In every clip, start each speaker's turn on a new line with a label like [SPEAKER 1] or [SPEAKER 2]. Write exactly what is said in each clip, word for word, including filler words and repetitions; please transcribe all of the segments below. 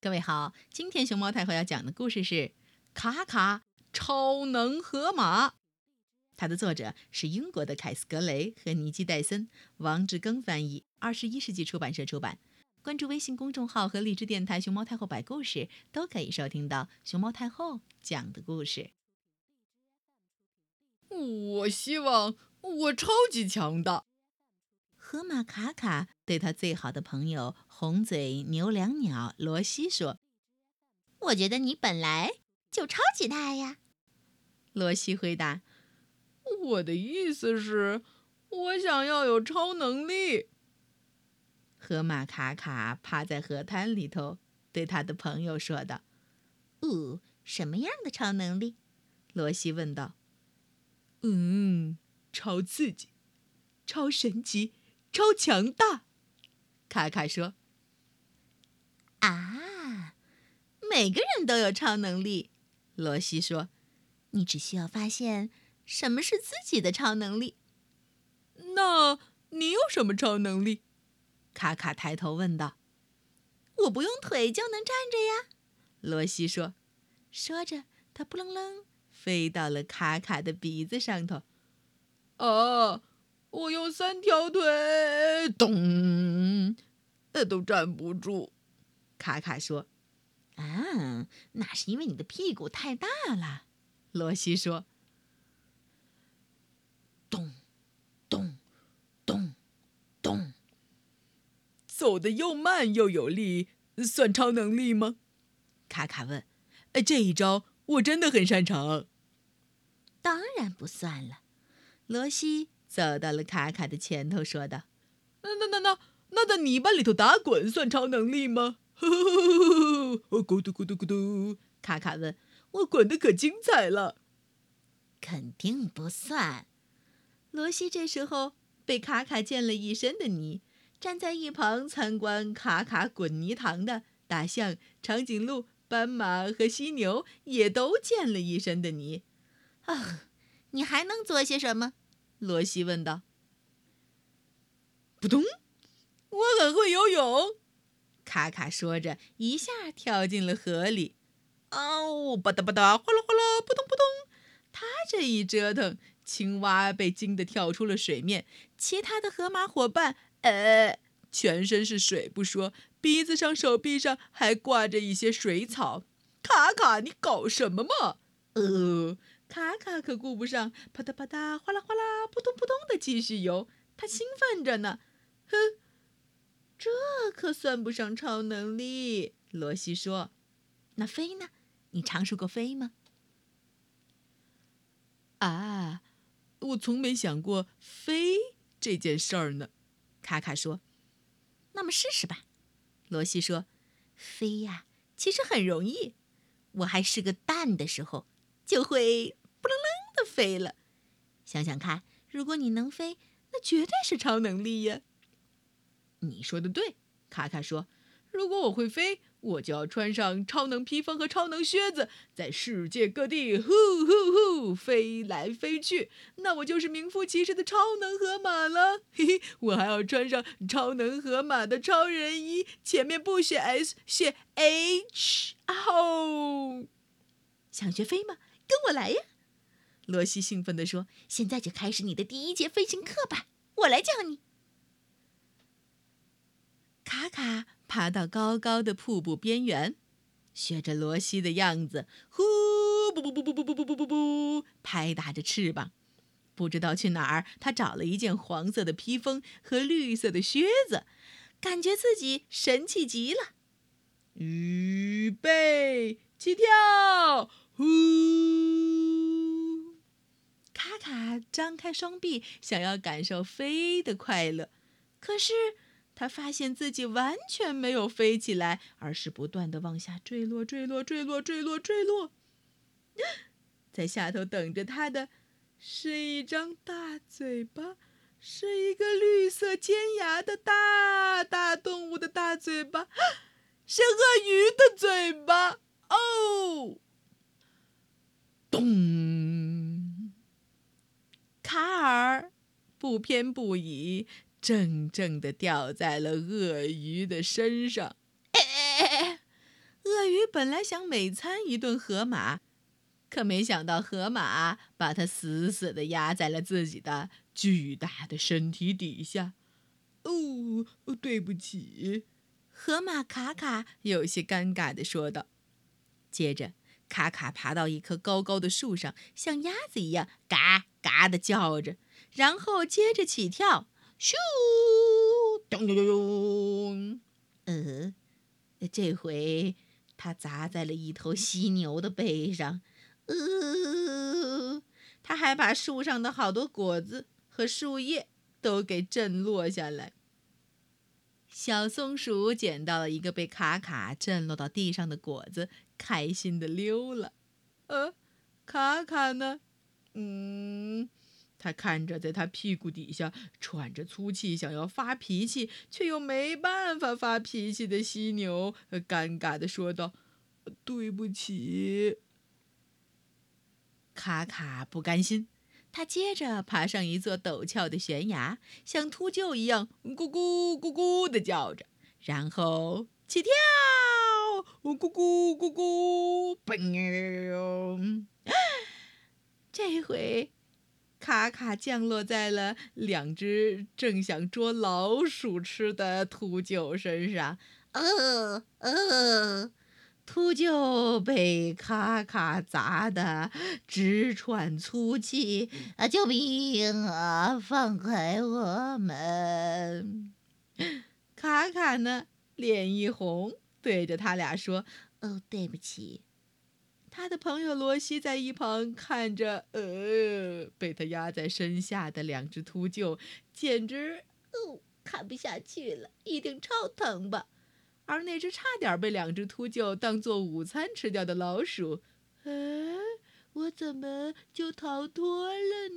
[SPEAKER 1] 各位好，今天熊猫太后要讲的故事是《卡卡超能河马》，它的作者是英国的凯斯格雷和尼基戴森，王志庚翻译，二十一世纪出版社出版。关注微信公众号和荔枝电台熊猫太后摆故事，都可以收听到熊猫太后讲的故事。
[SPEAKER 2] 我希望我超级强大。
[SPEAKER 1] 河马卡卡对他最好的朋友红嘴牛椋鸟罗西说：“
[SPEAKER 3] 我觉得你本来就超级大呀。”
[SPEAKER 1] 罗西回答：“
[SPEAKER 2] 我的意思是，我想要有超能力。”
[SPEAKER 1] 河马卡卡趴在河滩里头，对他的朋友说道：“
[SPEAKER 3] 哦，什么样的超能力？”
[SPEAKER 1] 罗西问道。
[SPEAKER 2] “嗯，超刺激，超神奇，超强大。”
[SPEAKER 1] 卡卡说。
[SPEAKER 3] “啊，每个人都有超能力。”
[SPEAKER 1] 罗西说。
[SPEAKER 3] “你只需要发现什么是自己的超能力。”“
[SPEAKER 2] 那你有什么超能力？”
[SPEAKER 1] 卡卡抬头问道。
[SPEAKER 3] “我不用腿就能站着呀。”
[SPEAKER 1] 罗西说。说着，他扑棱棱飞到了卡卡的鼻子上头。
[SPEAKER 2] “啊，我用三条腿，咚，呃，都站不住。”
[SPEAKER 1] 卡卡说。
[SPEAKER 3] “啊，那是因为你的屁股太大了。”
[SPEAKER 1] 罗西说。
[SPEAKER 2] 咚，咚，咚，咚。走得又慢又有力，算超能力吗？
[SPEAKER 1] 卡卡问。
[SPEAKER 2] 这一招我真的很擅长。
[SPEAKER 3] 当然不算了。
[SPEAKER 1] 罗西走到了卡卡的前头，说道：“
[SPEAKER 2] 那那那那那在泥巴里头打滚算超能力吗？”咕嘟咕嘟咕嘟。
[SPEAKER 1] 卡卡问：“
[SPEAKER 2] 我滚得可精彩了。”
[SPEAKER 3] 肯定不算。
[SPEAKER 1] 罗西这时候被卡卡溅了一身的泥，站在一旁参观卡卡滚泥塘的大象、长颈鹿、斑马和犀牛也都溅了一身的泥。
[SPEAKER 3] 啊，你还能做些什么？
[SPEAKER 1] 罗西问道。
[SPEAKER 2] 扑通，我很会游泳。
[SPEAKER 1] 卡卡说着，一下跳进了河里。
[SPEAKER 2] 哦，吧嗒吧嗒，哗啦哗啦，扑通扑通。
[SPEAKER 1] 他这一折腾，青蛙被惊得跳出了水面，其他的河马伙伴，呃，全身是水不说，鼻子上、手臂上还挂着一些水草。
[SPEAKER 2] 卡卡，你搞什么嘛？
[SPEAKER 1] 呃，卡卡可顾不上，啪嗒啪嗒，哗啦哗啦，扑通扑通的继续游，他兴奋着呢。哼，这可算不上超能力。罗西说。
[SPEAKER 3] 那飞呢？你尝试过飞吗？
[SPEAKER 1] 啊，我从没想过飞这件事儿呢。卡卡说。
[SPEAKER 3] 那么试试吧。
[SPEAKER 1] 罗西说。
[SPEAKER 3] 飞呀，其实很容易。我还是个蛋的时候，就会扑棱棱的飞了。想想看，如果你能飞，那绝对是超能力呀。
[SPEAKER 1] 你说的对，卡卡说。如果我会飞，我就要穿上超能披风和超能靴子，在世界各地呼呼呼飞来飞去，那我就是名副其实的超能河马了。嘿嘿，我还要穿上超能河马的超人衣，前面不写 S， 写 H。哦，
[SPEAKER 3] 想学飞吗？跟我来呀！罗西兴奋地说：“现在就开始你的第一节飞行课吧，我来教你。”
[SPEAKER 1] 卡卡爬到高高的瀑布边缘，学着罗西的样子，呼不不不不不不不不不不，拍打着翅膀。不知道去哪儿，他找了一件黄色的披风和绿色的靴子，感觉自己神气极了。预备，起跳！呼！卡卡张开双臂，想要感受飞的快乐，可是他发现自己完全没有飞起来，而是不断地往下坠落、坠落、坠落、坠落、坠落。在下头等着他的是一张大嘴巴，是一个绿色尖牙的大大动物的大嘴巴，是鳄鱼的嘴巴。哦！咚！卡尔不偏不倚，正正地掉在了鳄鱼的身上。哎哎哎！ 鳄鱼本来想美餐一顿河马，可没想到河马把它死死地压在了自己的巨大的身体底下。
[SPEAKER 2] 哦，对不起，
[SPEAKER 1] 河马卡卡有些尴尬地说道。接着，卡卡爬到一棵高高的树上，像鸭子一样嘎嘎地叫着，然后接着起跳，咻，咚咚咚咚。呃，这回它砸在了一头犀牛的背上。呃，它还把树上的好多果子和树叶都给震落下来。小松鼠捡到了一个被卡卡震落到地上的果子，开心地溜了。呃，卡卡呢？嗯，他看着在他屁股底下喘着粗气，想要发脾气却又没办法发脾气的犀牛，尴尬地说道：“
[SPEAKER 2] 对不起。”
[SPEAKER 1] 卡卡不甘心，他接着爬上一座陡峭的悬崖，像秃鹫一样咕咕咕咕地叫着，然后起跳，咕咕咕咕，嘣！这回卡卡降落在了两只正想捉老鼠吃的秃鹫身上。呃呃，秃鹫被卡卡砸得直喘粗气，啊！救命啊！放开我们！卡卡呢，脸一红，对着他俩说：“哦，对不起。”他的朋友罗西在一旁看着，呃，被他压在身下的两只秃鹫，简直哦看不下去了，一定超疼吧。而那只差点被两只秃鹫当做午餐吃掉的老鼠，哎，我怎么就逃脱了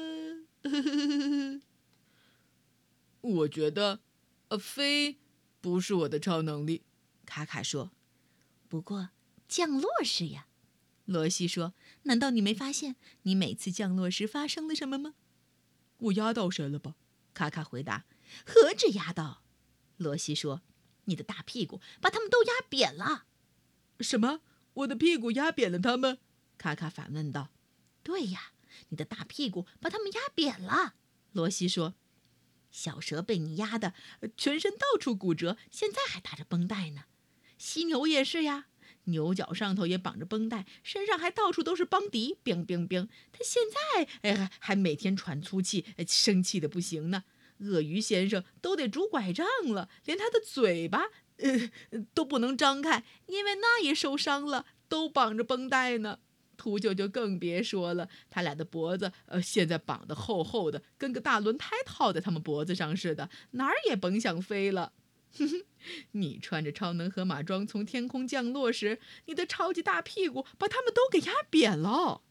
[SPEAKER 1] 呢？
[SPEAKER 2] 我觉得，呃，飞不是我的超能力，
[SPEAKER 1] 卡卡说。不过降落是呀。罗西说：“难道你没发现你每次降落时发生了什么吗？”
[SPEAKER 2] 我压到谁了吧？
[SPEAKER 1] 卡卡回答。“何止压到？”罗西说，“你的大屁股把它们都压扁了。”
[SPEAKER 2] 什么？我的屁股压扁了它们？
[SPEAKER 1] 卡卡反问道。“对呀，你的大屁股把它们压扁了。”罗西说，“小蛇被你压得全身到处骨折，现在还打着绷带呢。犀牛也是呀。牛角上头也绑着绷带，身上还到处都是邦迪，冰冰冰。他现在哎还每天喘粗气，生气的不行呢。鳄鱼先生都得拄拐杖了，连他的嘴巴呃都不能张开，因为那也受伤了，都绑着绷带呢。秃鹫就更别说了，他俩的脖子呃现在绑得厚厚的，跟个大轮胎套在他们脖子上似的，哪儿也甭想飞了。哼哼，你穿着超能河马装从天空降落时，你的超级大屁股把他们都给压扁了。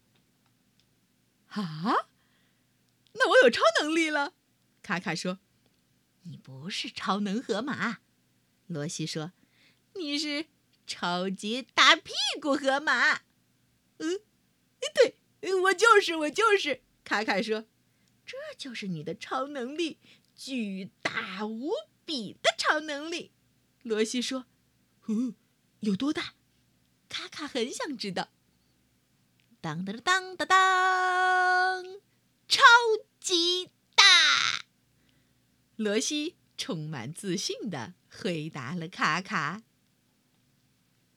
[SPEAKER 1] 啊？那我有超能力了？卡卡说。你不是超能河马，罗西说，你是超级大屁股河马。嗯，对，我就是我就是，卡卡说。这就是你的超能力，巨大无比的超能力。罗西说。
[SPEAKER 2] 哦，有多大？
[SPEAKER 1] 卡卡很想知道。当当当当当，超级大！罗西充满自信地回答了卡卡。